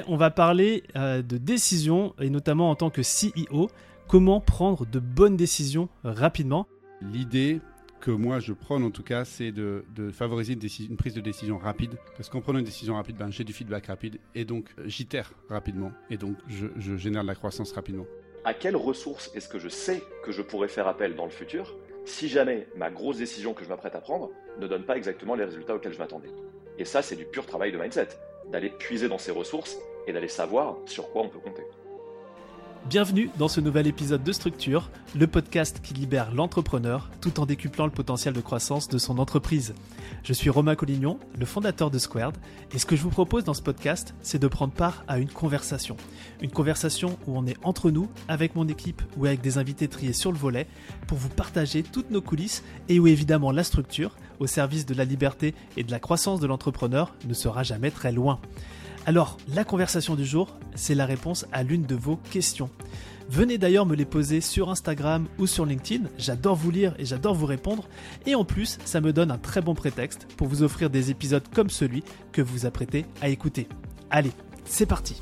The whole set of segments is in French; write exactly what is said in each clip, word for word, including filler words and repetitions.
On va parler euh, de décisions et notamment en tant que C E O, comment prendre de bonnes décisions euh, rapidement. L'idée que moi je prône en tout cas, c'est de, de favoriser une, décision, une prise de décision rapide. Parce qu'en prenant une décision rapide, ben, j'ai du feedback rapide et donc j'itère rapidement et donc je, je génère de la croissance rapidement. À quelles ressources est-ce que je sais que je pourrais faire appel dans le futur si jamais ma grosse décision que je m'apprête à prendre ne donne pas exactement les résultats auxquels je m'attendais? Et ça, c'est du pur travail de mindset, d'aller puiser dans ces ressources et d'aller savoir sur quoi on peut compter. Bienvenue dans ce nouvel épisode de Structure, le podcast qui libère l'entrepreneur tout en décuplant le potentiel de croissance de son entreprise. Je suis Romain Collignon, le fondateur de Squared, et ce que je vous propose dans ce podcast, c'est de prendre part à une conversation. Une conversation où on est entre nous, avec mon équipe ou avec des invités triés sur le volet, pour vous partager toutes nos coulisses et où évidemment la structure, au service de la liberté et de la croissance de l'entrepreneur, ne sera jamais très loin. Alors, la conversation du jour, c'est la réponse à l'une de vos questions. Venez d'ailleurs me les poser sur Instagram ou sur LinkedIn, j'adore vous lire et j'adore vous répondre. Et en plus, ça me donne un très bon prétexte pour vous offrir des épisodes comme celui que vous vous apprêtez à écouter. Allez, c'est parti!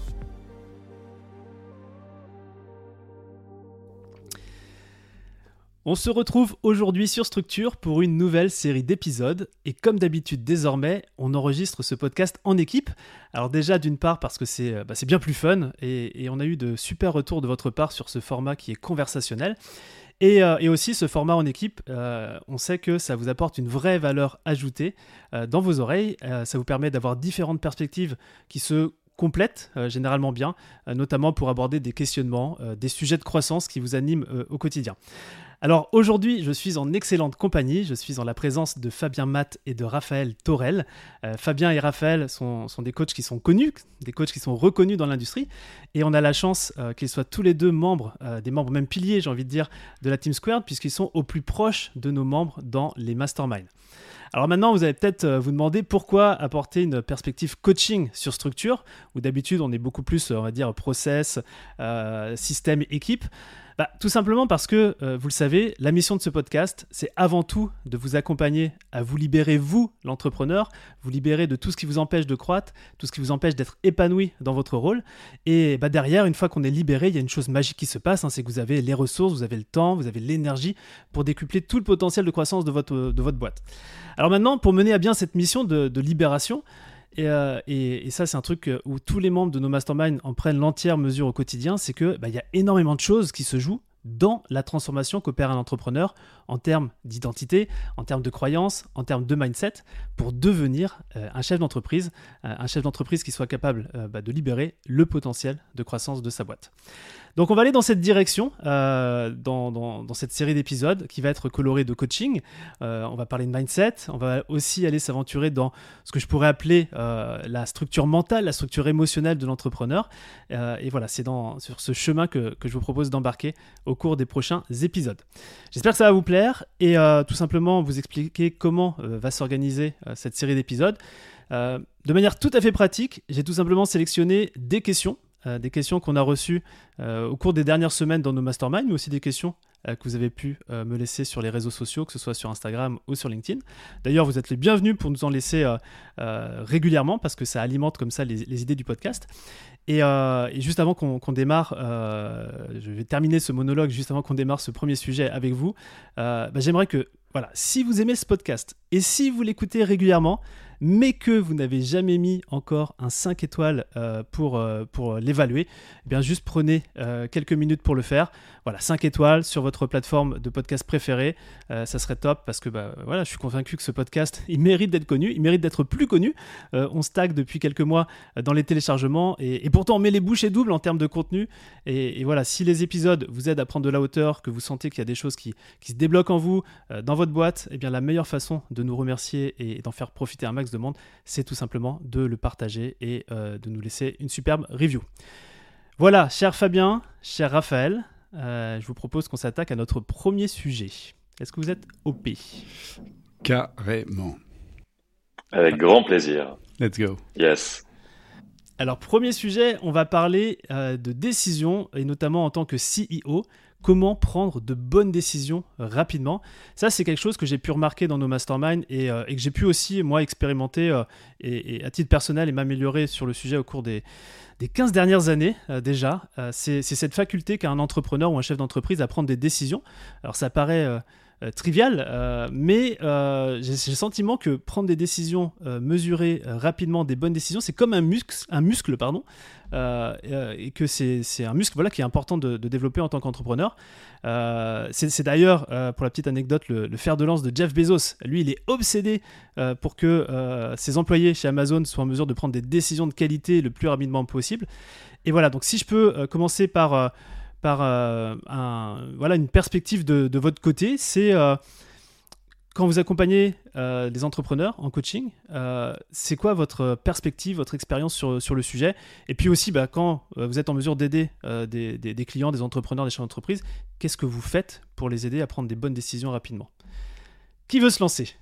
On se retrouve aujourd'hui sur Structure pour une nouvelle série d'épisodes et comme d'habitude désormais, on enregistre ce podcast en équipe. Alors déjà d'une part parce que c'est, bah, c'est bien plus fun et, et on a eu de super retours de votre part sur ce format qui est conversationnel. Et, euh, et aussi ce format en équipe, euh, on sait que ça vous apporte une vraie valeur ajoutée euh, dans vos oreilles. Euh, ça vous permet d'avoir différentes perspectives qui se complète euh, généralement bien, euh, notamment pour aborder des questionnements, euh, des sujets de croissance qui vous animent euh, au quotidien. Alors aujourd'hui, je suis en excellente compagnie, je suis en la présence de Fabien Matt et de Raphaël Torel. Euh, Fabien et Raphaël sont, sont des coachs qui sont connus, des coachs qui sont reconnus dans l'industrie et on a la chance euh, qu'ils soient tous les deux membres, euh, des membres même piliers, j'ai envie de dire, de la Team Squared puisqu'ils sont au plus proche de nos membres dans les masterminds. Alors maintenant, vous allez peut-être vous demander pourquoi apporter une perspective coaching sur Structure, où d'habitude on est beaucoup plus, on va dire, process, euh, système, équipe. Bah, tout simplement parce que, euh, vous le savez, la mission de ce podcast, c'est avant tout de vous accompagner à vous libérer, vous, l'entrepreneur, vous libérer de tout ce qui vous empêche de croître, tout ce qui vous empêche d'être épanoui dans votre rôle. Et bah, derrière, une fois qu'on est libéré, il y a une chose magique qui se passe, hein, c'est que vous avez les ressources, vous avez le temps, vous avez l'énergie pour décupler tout le potentiel de croissance de votre, de votre boîte. Alors maintenant, pour mener à bien cette mission de, de libération, Et, euh, et, et ça, c'est un truc où tous les membres de nos masterminds en prennent l'entière mesure au quotidien, c'est qu'il bah, y a énormément de choses qui se jouent dans la transformation qu'opère un entrepreneur en termes d'identité, en termes de croyances, en termes de mindset, pour devenir euh, un chef d'entreprise, euh, un chef d'entreprise qui soit capable euh, bah, de libérer le potentiel de croissance de sa boîte. Donc on va aller dans cette direction, euh, dans, dans, dans cette série d'épisodes qui va être colorée de coaching. Euh, on va parler de mindset, on va aussi aller s'aventurer dans ce que je pourrais appeler euh, la structure mentale, la structure émotionnelle de l'entrepreneur. Euh, et voilà, c'est dans, sur ce chemin que, que je vous propose d'embarquer au cours des prochains épisodes. J'espère que ça va vous plaire et euh, tout simplement vous expliquer comment euh, va s'organiser euh, cette série d'épisodes. Euh, de manière tout à fait pratique, j'ai tout simplement sélectionné des questions Euh, des questions qu'on a reçues euh, au cours des dernières semaines dans nos masterminds, mais aussi des questions euh, que vous avez pu euh, me laisser sur les réseaux sociaux, que ce soit sur Instagram ou sur LinkedIn. D'ailleurs, vous êtes les bienvenus pour nous en laisser euh, euh, régulièrement parce que ça alimente comme ça les, les idées du podcast. Et, euh, et juste avant qu'on, qu'on démarre, euh, je vais terminer ce monologue juste avant qu'on démarre ce premier sujet avec vous. Euh, bah, j'aimerais que, voilà, si vous aimez ce podcast et si vous l'écoutez régulièrement, mais que vous n'avez jamais mis encore un cinq étoiles euh, pour, euh, pour l'évaluer, eh bien juste prenez euh, quelques minutes pour le faire. Voilà, cinq étoiles sur votre plateforme de podcast préférée, euh, ça serait top parce que bah, voilà, je suis convaincu que ce podcast, il mérite d'être connu, il mérite d'être plus connu. Euh, on stagne depuis quelques mois dans les téléchargements et, et pourtant on met les bouchées doubles en termes de contenu. Et, et voilà, si les épisodes vous aident à prendre de la hauteur, que vous sentez qu'il y a des choses qui, qui se débloquent en vous, euh, dans votre boîte, eh bien la meilleure façon de nous remercier et d'en faire profiter un max de monde, c'est tout simplement de le partager et euh, de nous laisser une superbe review. Voilà, cher Fabien, cher Raphaël, euh, je vous propose qu'on s'attaque à notre premier sujet. Est-ce que vous êtes O P ? Carrément. Avec grand plaisir. Let's go. Yes. Alors, premier sujet, on va parler euh, de décision et notamment en tant que C E O, comment prendre de bonnes décisions rapidement. Ça, c'est quelque chose que j'ai pu remarquer dans nos masterminds et, euh, et que j'ai pu aussi, moi, expérimenter euh, et, et à titre personnel et m'améliorer sur le sujet au cours des, des quinze dernières années euh, déjà. Euh, c'est, c'est cette faculté qu'a un entrepreneur ou un chef d'entreprise à prendre des décisions. Alors, ça paraît... Euh, Euh, trivial, euh, mais euh, j'ai, j'ai le sentiment que prendre des décisions euh, mesurées euh, rapidement, des bonnes décisions, c'est comme un muscle, un muscle pardon, euh, euh, et que c'est, c'est un muscle voilà, qui est important de, de développer en tant qu'entrepreneur. Euh, c'est, c'est d'ailleurs, euh, pour la petite anecdote, le, le fer de lance de Jeff Bezos. Lui, il est obsédé euh, pour que euh, ses employés chez Amazon soient en mesure de prendre des décisions de qualité le plus rapidement possible. Et voilà, donc si je peux euh, commencer par... Euh, par euh, un, voilà, une perspective de, de votre côté, c'est euh, quand vous accompagnez euh, des entrepreneurs en coaching, euh, c'est quoi votre perspective, votre expérience sur, sur le sujet? Et puis aussi, bah, quand euh, vous êtes en mesure d'aider euh, des, des, des clients, des entrepreneurs, des chefs d'entreprise, qu'est-ce que vous faites pour les aider à prendre des bonnes décisions rapidement? Qui veut se lancer?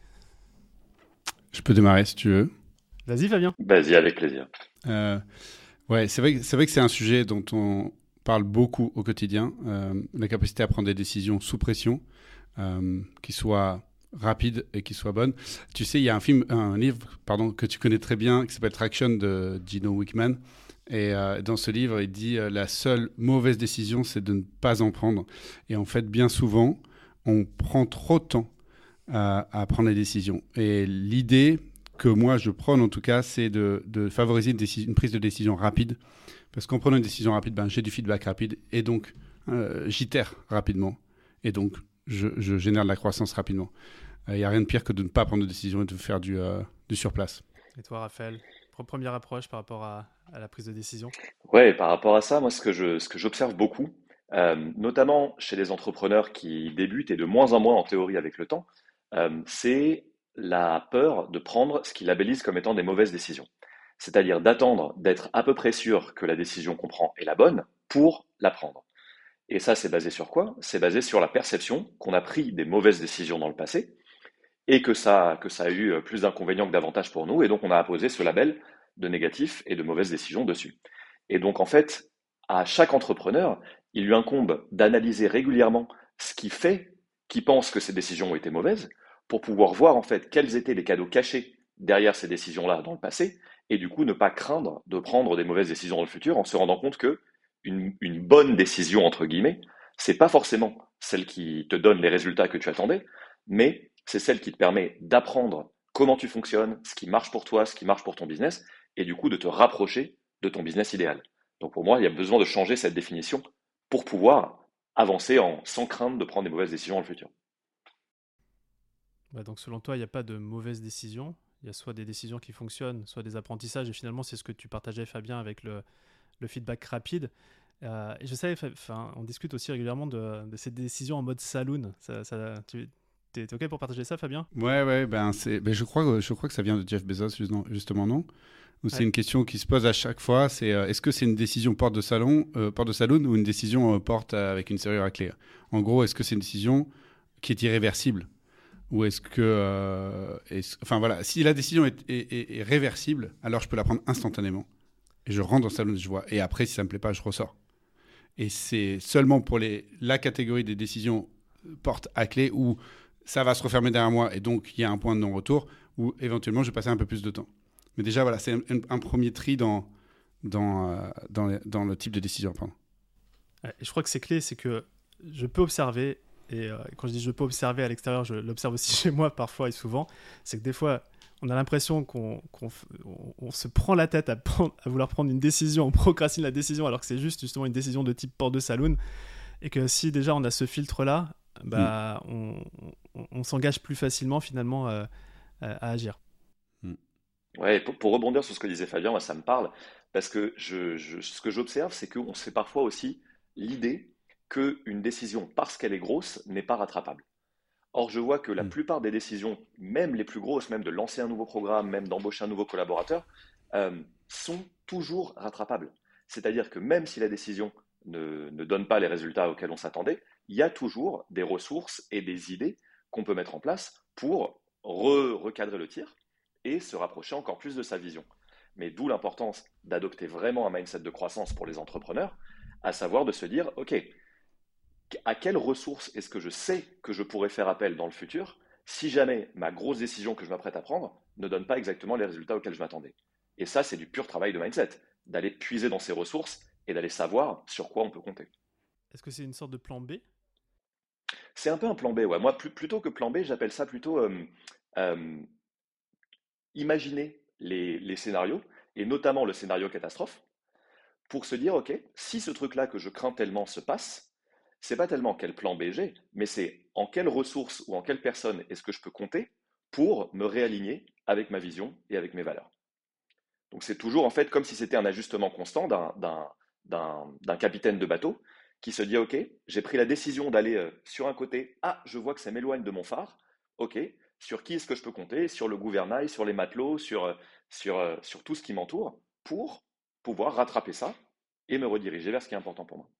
Je peux démarrer si tu veux. Vas-y, Fabien. Vas-y, avec plaisir. Euh, ouais, c'est vrai, que- c'est vrai que c'est un sujet dont on parle beaucoup au quotidien, euh, la capacité à prendre des décisions sous pression, euh, qui soient rapides et qui soient bonnes. Tu sais, il y a un film, un livre, pardon, que tu connais très bien, qui s'appelle Traction de Gino Wickman. Et euh, dans ce livre, il dit euh, la seule mauvaise décision, c'est de ne pas en prendre. Et en fait, bien souvent, on prend trop de temps à, à prendre les décisions. Et l'idée que moi je prône en tout cas, c'est de, de favoriser une, décision, une prise de décision rapide. Parce qu'en prenant une décision rapide, ben, j'ai du feedback rapide et donc euh, j'itère rapidement et donc je, je génère de la croissance rapidement. Il n'y a rien de pire que de ne pas prendre de décision et de faire du, euh, du surplace. Et toi, Raphaël, première approche par rapport à, à la prise de décision? Ouais, par rapport à ça, moi, ce que je, ce que j'observe beaucoup, euh, notamment chez les entrepreneurs qui débutent et de moins en moins en théorie avec le temps, euh, c'est la peur de prendre ce qu'ils labellisent comme étant des mauvaises décisions. C'est-à-dire d'attendre d'être à peu près sûr que la décision qu'on prend est la bonne pour la prendre. Et ça, c'est basé sur quoi? C'est basé sur la perception qu'on a pris des mauvaises décisions dans le passé et que ça, que ça a eu plus d'inconvénients que d'avantages pour nous. Et donc, on a apposé ce label de négatif et de mauvaises décisions dessus. Et donc, en fait, à chaque entrepreneur, il lui incombe d'analyser régulièrement ce qui fait qu'il pense que ces décisions ont été mauvaises pour pouvoir voir, en fait, quels étaient les cadeaux cachés derrière ces décisions-là dans le passé et du coup, ne pas craindre de prendre des mauvaises décisions dans le futur en se rendant compte que une, une bonne décision, entre guillemets, c'est pas forcément celle qui te donne les résultats que tu attendais, mais c'est celle qui te permet d'apprendre comment tu fonctionnes, ce qui marche pour toi, ce qui marche pour ton business, et du coup de te rapprocher de ton business idéal. Donc pour moi, il y a besoin de changer cette définition pour pouvoir avancer en, sans crainte de prendre des mauvaises décisions dans le futur. Bah donc selon toi, il n'y a pas de mauvaises décisions. Il y a soit des décisions qui fonctionnent, soit des apprentissages. Et finalement, c'est ce que tu partageais, Fabien, avec le, le feedback rapide. Euh, et je sais, enfin, on discute aussi régulièrement de, de ces décisions en mode saloon. Ça, ça, tu es OK pour partager ça, Fabien? Ouais, ouais, ben, c'est, ben je, crois, je crois que ça vient de Jeff Bezos, justement, non? Ou c'est Ouais. une question qui se pose à chaque fois, c'est euh, est-ce que c'est une décision porte de, salon, euh, porte de saloon ou une décision euh, porte euh, avec une serrure à clé? En gros, est-ce que c'est une décision qui est irréversible? Ou est-ce que... Euh, est-ce, enfin voilà, si la décision est, est, est, est réversible, alors je peux la prendre instantanément. Et je rentre dans le salon et je vois. Et après, si ça ne me plaît pas, je ressors. Et c'est seulement pour les, la catégorie des décisions porte à clé où ça va se refermer derrière moi et donc il y a un point de non-retour où éventuellement je vais passer un peu plus de temps. Mais déjà, voilà, c'est un, un premier tri dans, dans, euh, dans, les, dans le type de décision à prendre. Ouais, et je crois que c'est clé, c'est que je peux observer, et euh, quand je dis je peux observer à l'extérieur, je l'observe aussi chez moi parfois et souvent, c'est que des fois, on a l'impression qu'on, qu'on on, on se prend la tête à, prendre, à vouloir prendre une décision, on procrastine la décision alors que c'est juste justement une décision de type porte de saloon, et que si déjà on a ce filtre-là, bah, mm. on, on, on s'engage plus facilement finalement euh, à agir. Mm. Ouais, pour, pour rebondir sur ce que disait Fabien, moi, ça me parle, parce que je, je, ce que j'observe, c'est qu'on se fait parfois aussi l'idée qu'une décision, parce qu'elle est grosse, n'est pas rattrapable. Or, je vois que la Mm. plupart des décisions, même les plus grosses, même de lancer un nouveau programme, même d'embaucher un nouveau collaborateur, euh, sont toujours rattrapables. C'est-à-dire que même si la décision ne, ne donne pas les résultats auxquels on s'attendait, il y a toujours des ressources et des idées qu'on peut mettre en place pour re- recadrer le tir et se rapprocher encore plus de sa vision. Mais d'où l'importance d'adopter vraiment un mindset de croissance pour les entrepreneurs, à savoir de se dire, OK, à quelles ressources est-ce que je sais que je pourrais faire appel dans le futur si jamais ma grosse décision que je m'apprête à prendre ne donne pas exactement les résultats auxquels je m'attendais. Et ça, c'est du pur travail de mindset, d'aller puiser dans ces ressources et d'aller savoir sur quoi on peut compter. Est-ce que c'est une sorte de plan B? C'est un peu un plan B, ouais. Moi, plus- plutôt que plan B, j'appelle ça plutôt euh, euh, imaginer les, les scénarios, et notamment le scénario catastrophe, pour se dire, OK, si ce truc-là que je crains tellement se passe, c'est pas tellement quel plan B j'ai, mais c'est en quelles ressources ou en quelle personne est-ce que je peux compter pour me réaligner avec ma vision et avec mes valeurs. Donc c'est toujours en fait comme si c'était un ajustement constant d'un, d'un, d'un, d'un capitaine de bateau qui se dit, OK, j'ai pris la décision d'aller euh, sur un côté, ah, je vois que ça m'éloigne de mon phare, OK, sur qui est-ce que je peux compter, sur le gouvernail, sur les matelots, sur, euh, sur, euh, sur tout ce qui m'entoure, pour pouvoir rattraper ça et me rediriger vers ce qui est important pour moi.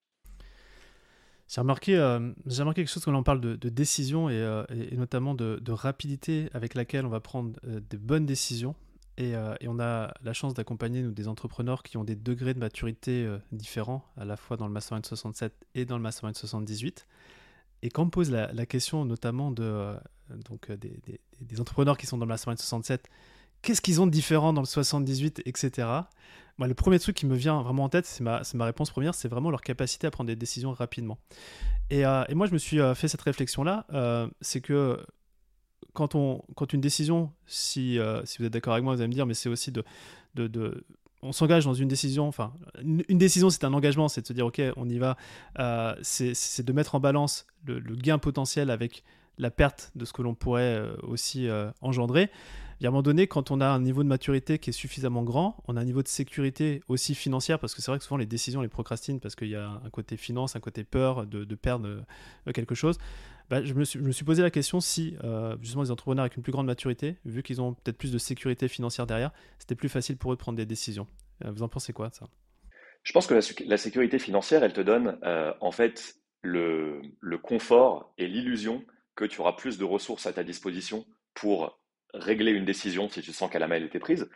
J'ai remarqué, euh, j'ai remarqué quelque chose quand on parle de, de décision et, euh, et, et notamment de, de rapidité avec laquelle on va prendre euh, des bonnes décisions. Et, euh, et on a la chance d'accompagner nous, des entrepreneurs qui ont des degrés de maturité euh, différents, à la fois dans le Mastermind soixante-sept et dans le Mastermind soixante-dix-huit. Et quand on me pose la, la question notamment de, euh, donc, euh, des, des, des entrepreneurs qui sont dans le Mastermind soixante-sept, qu'est-ce qu'ils ont de différent dans le soixante-dix-huit, et cetera. Moi, le premier truc qui me vient vraiment en tête, c'est ma, c'est ma réponse première, c'est vraiment leur capacité à prendre des décisions rapidement. Et, euh, et moi, je me suis euh, fait cette réflexion-là, euh, c'est que quand, on, quand une décision, si, euh, si vous êtes d'accord avec moi, vous allez me dire, mais c'est aussi de... de, de on s'engage dans une décision, enfin, une, une décision, c'est un engagement, c'est de se dire, ok, on y va, euh, c'est, c'est de mettre en balance le, le gain potentiel avec la perte de ce que l'on pourrait euh, aussi euh, engendrer. Et à un moment donné, quand on a un niveau de maturité qui est suffisamment grand, on a un niveau de sécurité aussi financière, parce que c'est vrai que souvent les décisions, on les procrastine parce qu'il y a un côté finance, un côté peur de, de perdre euh, quelque chose. Bah, je, me suis, je me suis posé la question si euh, justement les entrepreneurs avec une plus grande maturité, vu qu'ils ont peut-être plus de sécurité financière derrière, c'était plus facile pour eux de prendre des décisions. Euh, vous en pensez quoi de ça? Je pense que la, la sécurité financière, elle te donne euh, en fait le, le confort et l'illusion que tu auras plus de ressources à ta disposition pour régler une décision si tu sens qu'elle a mal été prise.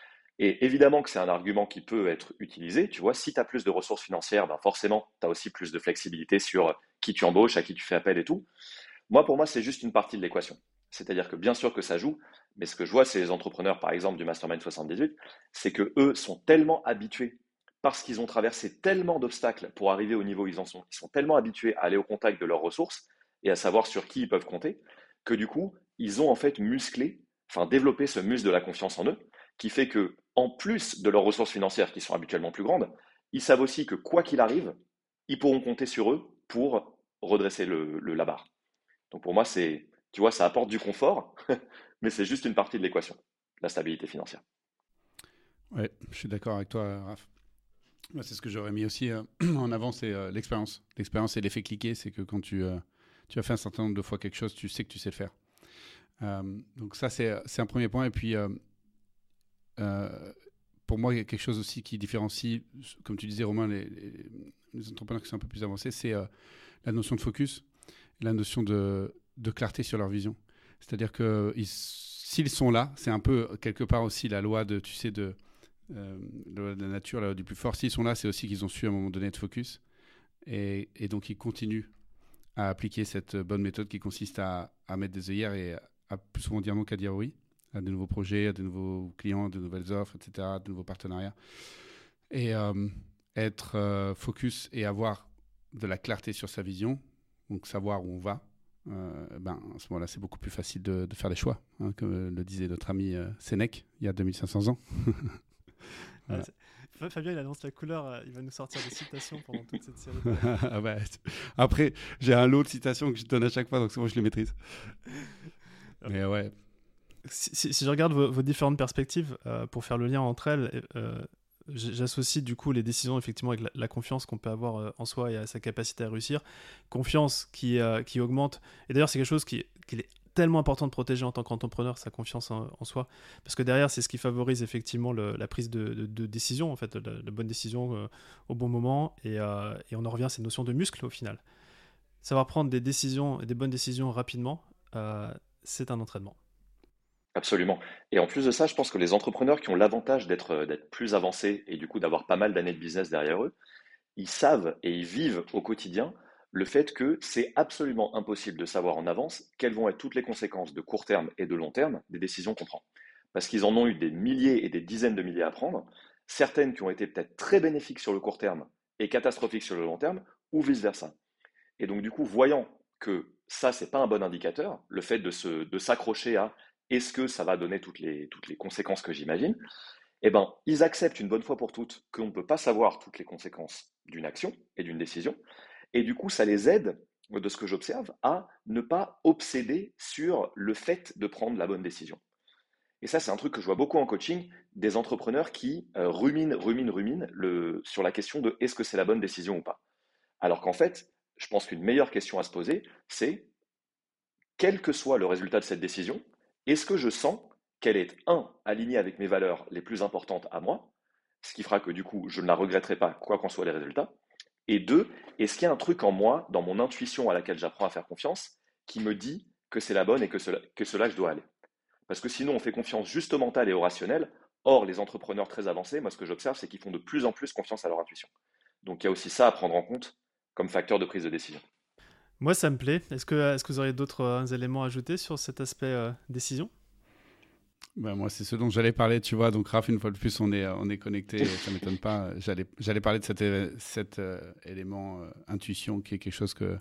Et évidemment que c'est un argument qui peut être utilisé. Tu vois, si tu as plus de ressources financières, ben forcément, tu as aussi plus de flexibilité sur qui tu embauches, à qui tu fais appel et tout. Moi, pour moi, c'est juste une partie de l'équation. C'est-à-dire que bien sûr que ça joue, mais ce que je vois, c'est les entrepreneurs, par exemple, du Mastermind soixante-dix-huit, c'est que eux sont tellement habitués parce qu'ils ont traversé tellement d'obstacles pour arriver au niveau où ils en sont. Ils sont tellement habitués à aller au contact de leurs ressources et à savoir sur qui ils peuvent compter, que du coup, ils ont en fait musclé, enfin développé ce muscle de la confiance en eux, qui fait que, en plus de leurs ressources financières qui sont habituellement plus grandes, ils savent aussi que quoi qu'il arrive, ils pourront compter sur eux pour redresser le, le la barre. Donc pour moi, c'est, tu vois, ça apporte du confort, mais c'est juste une partie de l'équation, la stabilité financière. Ouais, je suis d'accord avec toi, Raph. Moi, c'est ce que j'aurais mis aussi euh, en avant, c'est euh, l'expérience. L'expérience et l'effet cliqué, c'est que quand tu, euh, tu as fait un certain nombre de fois quelque chose, tu sais que tu sais le faire. Euh, donc ça, c'est, c'est un premier point. Et puis, euh, euh, pour moi, il y a quelque chose aussi qui différencie, comme tu disais, Romain, les, les, les entrepreneurs qui sont un peu plus avancés, c'est euh, la notion de focus, la notion de, de clarté sur leur vision. C'est-à-dire que ils, s'ils sont là, c'est un peu quelque part aussi la loi de, tu sais, de Euh, de la nature, la loi du plus fort. S'ils sont là, c'est aussi qu'ils ont su à un moment donné être focus. Et, et donc, ils continuent à appliquer cette bonne méthode qui consiste à, à mettre des œillères et à plus souvent dire non qu'à dire oui à de nouveaux projets, à de nouveaux clients, de nouvelles offres, et cetera, de nouveaux partenariats. Et euh, être euh, focus et avoir de la clarté sur sa vision, donc savoir où on va, euh, ben, à ce moment-là, c'est beaucoup plus facile de, de faire des choix, hein, comme le disait notre ami euh, Sénèque il y a deux mille cinq cents ans. Voilà. Ouais, Fabien, il annonce la couleur, il va nous sortir des citations pendant toute cette série. Ah bah, après, j'ai un lot de citations que je donne à chaque fois, donc c'est bon, je les maîtrise. Mais ouais. Si, si, si je regarde vos, vos différentes perspectives, euh, pour faire le lien entre elles, euh, j'associe du coup les décisions effectivement avec la, la confiance qu'on peut avoir euh, en soi et à sa capacité à réussir. Confiance qui, euh, qui augmente. Et d'ailleurs, c'est quelque chose qui, qui est tellement important de protéger en tant qu'entrepreneur, sa confiance en, en soi, parce que derrière c'est ce qui favorise effectivement le, la prise de, de, de décision, en fait, la, la bonne décision euh, au bon moment, et, euh, et on en revient à cette notion de muscle au final. Savoir prendre des décisions, des bonnes décisions rapidement, euh, c'est un entraînement. Absolument. Et en plus de ça, je pense que les entrepreneurs qui ont l'avantage d'être d'être plus avancés et du coup d'avoir pas mal d'années de business derrière eux, ils savent et ils vivent au quotidien le fait que c'est absolument impossible de savoir en avance quelles vont être toutes les conséquences de court terme et de long terme des décisions qu'on prend. Parce qu'ils en ont eu des milliers et des dizaines de milliers à prendre, certaines qui ont été peut-être très bénéfiques sur le court terme et catastrophiques sur le long terme, ou vice-versa. Et donc du coup, voyant que ça, c'est pas un bon indicateur, le fait de, se, de s'accrocher à est-ce que ça va donner toutes les, toutes les conséquences que j'imagine, eh ben, ils acceptent une bonne fois pour toutes qu'on ne peut pas savoir toutes les conséquences d'une action et d'une décision, et du coup, ça les aide, de ce que j'observe, à ne pas obséder sur le fait de prendre la bonne décision. Et ça, c'est un truc que je vois beaucoup en coaching, des entrepreneurs qui euh, ruminent, ruminent, ruminent le, sur la question de est-ce que c'est la bonne décision ou pas. Alors qu'en fait, je pense qu'une meilleure question à se poser, c'est quel que soit le résultat de cette décision, est-ce que je sens qu'elle est, un, alignée avec mes valeurs les plus importantes à moi, ce qui fera que du coup, je ne la regretterai pas, quoi qu'en soient les résultats, et deux, est-ce qu'il y a un truc en moi, dans mon intuition à laquelle j'apprends à faire confiance, qui me dit que c'est la bonne et que cela, que cela je dois aller. Parce que sinon, on fait confiance juste au mental et au rationnel. Or, les entrepreneurs très avancés, moi, ce que j'observe, c'est qu'ils font de plus en plus confiance à leur intuition. Donc, il y a aussi ça à prendre en compte comme facteur de prise de décision. Moi, ça me plaît. Est-ce que, est-ce que vous auriez d'autres euh, éléments à ajouter sur cet aspect euh, décision ? Ben moi, c'est ce dont j'allais parler, tu vois. Donc, Raph, une fois de plus, on est, on est connecté, ça ne m'étonne pas. J'allais, j'allais parler de cet, é- cet euh, élément euh, intuition qui est quelque chose que,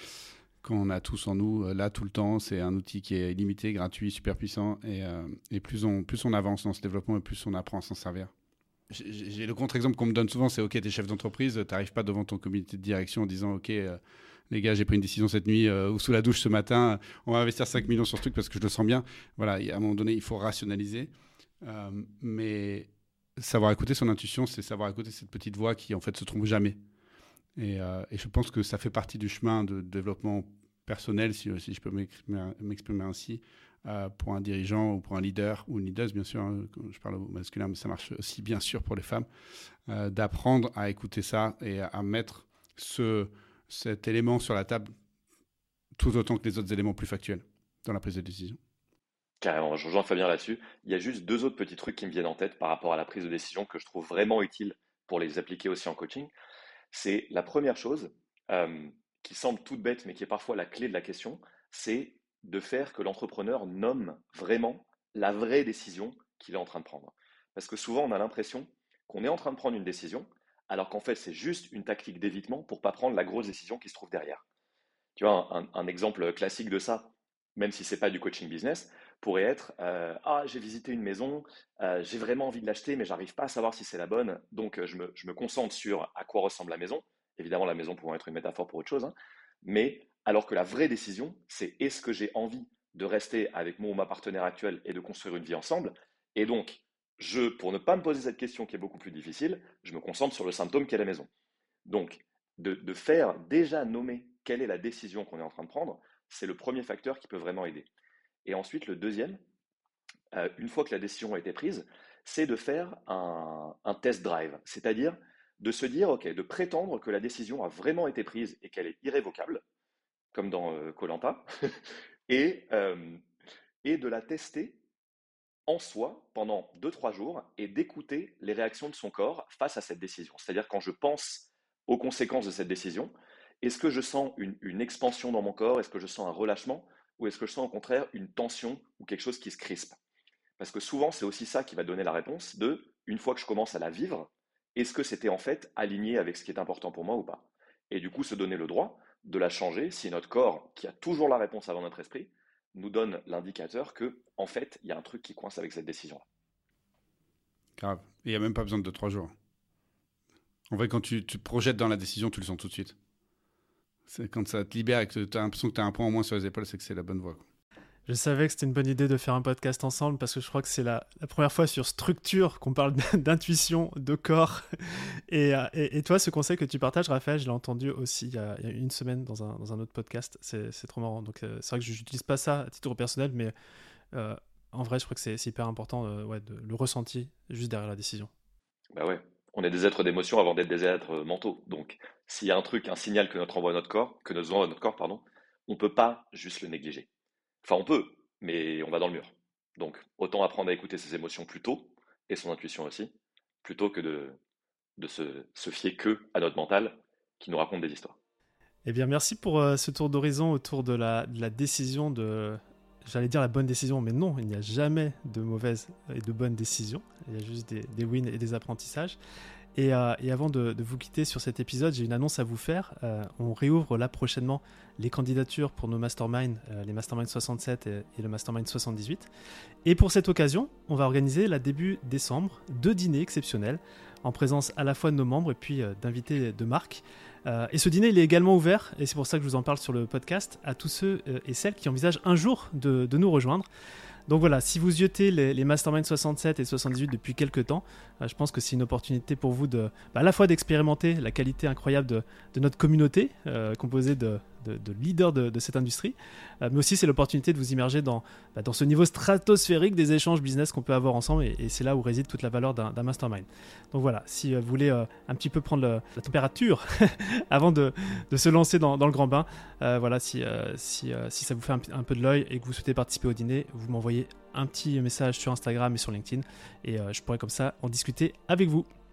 qu'on a tous en nous, euh, là, tout le temps. C'est un outil qui est illimité, gratuit, super puissant. Et, euh, et plus, on, plus on avance dans ce développement, et plus on apprend à s'en servir. J'ai, j'ai le contre-exemple qu'on me donne souvent, c'est OK, t'es chef d'entreprise, t'arrives pas devant ton comité de direction en disant OK, euh, les gars, j'ai pris une décision cette nuit euh, ou sous la douche ce matin, on va investir cinq millions sur ce truc parce que je le sens bien. Voilà, à un moment donné, il faut rationaliser. Euh, mais savoir écouter son intuition, c'est savoir écouter cette petite voix qui, en fait, se trompe jamais. Et, euh, et je pense que ça fait partie du chemin de développement personnel, si, si je peux m'exprimer, m'exprimer ainsi, euh, pour un dirigeant ou pour un leader ou une leaduse, bien sûr. Hein, quand je parle au masculin, mais ça marche aussi, bien sûr, pour les femmes, euh, d'apprendre à écouter ça et à, à mettre ce... cet élément sur la table tout autant que les autres éléments plus factuels dans la prise de décision. Carrément, je rejoins Fabien là-dessus. Il y a juste deux autres petits trucs qui me viennent en tête par rapport à la prise de décision que je trouve vraiment utile pour les appliquer aussi en coaching. C'est la première chose, euh, qui semble toute bête, mais qui est parfois la clé de la question, c'est de faire que l'entrepreneur nomme vraiment la vraie décision qu'il est en train de prendre. Parce que souvent, on a l'impression qu'on est en train de prendre une décision, alors qu'en fait, c'est juste une tactique d'évitement pour ne pas prendre la grosse décision qui se trouve derrière. Tu vois, un, un exemple classique de ça, même si ce n'est pas du coaching business, pourrait être euh, ah, j'ai visité une maison, euh, j'ai vraiment envie de l'acheter, mais j'arrive pas à savoir si c'est la bonne, donc euh, je me, je me concentre sur à quoi ressemble la maison. Évidemment, la maison pouvant être une métaphore pour autre chose, hein, mais alors que la vraie décision, c'est est-ce que j'ai envie de rester avec mon ou ma partenaire actuelle et de construire une vie ensemble. Et donc, je, pour ne pas me poser cette question qui est beaucoup plus difficile, je me concentre sur le symptôme qu'est la maison. Donc, de, de faire déjà nommer quelle est la décision qu'on est en train de prendre, c'est le premier facteur qui peut vraiment aider. Et ensuite, le deuxième, euh, une fois que la décision a été prise, c'est de faire un, un test drive, c'est-à-dire de se dire, ok, de prétendre que la décision a vraiment été prise et qu'elle est irrévocable, comme dans koh lanta, et, euh, et de la tester en soi pendant deux trois jours et d'écouter les réactions de son corps face à cette décision. C'est-à-dire quand je pense aux conséquences de cette décision, est-ce que je sens une, une expansion dans mon corps? Est-ce que je sens un relâchement? Ou est-ce que je sens au contraire une tension ou quelque chose qui se crispe? Parce que souvent, c'est aussi ça qui va donner la réponse de, une fois que je commence à la vivre, est-ce que c'était en fait aligné avec ce qui est important pour moi ou pas? Et du coup, se donner le droit de la changer si notre corps, qui a toujours la réponse avant notre esprit, nous donne l'indicateur que, en fait, il y a un truc qui coince avec cette décision-là. Grave. Et il n'y a même pas besoin de deux trois jours. En vrai, quand tu te projettes dans la décision, tu le sens tout de suite. C'est quand ça te libère et que tu as l'impression que tu as un point en moins sur les épaules, c'est que c'est la bonne voie, quoi. Je savais que c'était une bonne idée de faire un podcast ensemble parce que je crois que c'est la, la première fois sur structure qu'on parle d'intuition, de corps. Et, et, et toi, ce conseil que tu partages, Raphaël, je l'ai entendu aussi il y a, il y a une semaine dans un, dans un autre podcast. C'est, c'est trop marrant. Donc, euh, c'est vrai que je n'utilise pas ça à titre personnel, mais euh, en vrai, je crois que c'est, c'est hyper important euh, ouais, de, le ressenti juste derrière la décision. Bah ouais, on est des êtres d'émotion avant d'être des êtres mentaux. Donc, s'il y a un truc, un signal que notre envoie à notre corps, que nous envoie à notre corps, pardon, on peut pas juste le négliger. Enfin, on peut, mais on va dans le mur. Donc, autant apprendre à écouter ses émotions plus tôt, et son intuition aussi, plutôt que de, de se, se fier que à notre mental qui nous raconte des histoires. Eh bien, merci pour euh, ce tour d'horizon autour de la, de la décision de... J'allais dire la bonne décision, mais non, il n'y a jamais de mauvaise et de bonne décision. Il y a juste des, des wins et des apprentissages. Et, euh, et avant de, de vous quitter sur cet épisode, j'ai une annonce à vous faire. Euh, on réouvre là prochainement les candidatures pour nos masterminds, euh, les masterminds soixante-sept et, et le mastermind soixante-dix-huit. Et pour cette occasion, on va organiser, là début décembre, deux dîners exceptionnels en présence à la fois de nos membres et puis euh, d'invités de marque. Euh, et ce dîner, il est également ouvert, et c'est pour ça que je vous en parle sur le podcast, à tous ceux euh, et celles qui envisagent un jour de, de nous rejoindre. Donc voilà, si vous yotez les, les Mastermind soixante-sept et soixante-dix-huit depuis quelques temps, euh, je pense que c'est une opportunité pour vous de, bah, à la fois d'expérimenter la qualité incroyable de, de notre communauté, euh, composée de, de, de leaders de, de cette industrie, euh, mais aussi c'est l'opportunité de vous immerger dans, bah, dans ce niveau stratosphérique des échanges business qu'on peut avoir ensemble, et, et c'est là où réside toute la valeur d'un, d'un Mastermind. Donc voilà, si euh, vous voulez euh, un petit peu prendre le, la température avant de, de se lancer dans, dans le grand bain, euh, voilà, si, euh, si, euh, si ça vous fait un, un peu de l'œil et que vous souhaitez participer au dîner, vous m'envoyez un petit message sur Instagram et sur LinkedIn, et euh, je pourrais comme ça en discuter avec vous.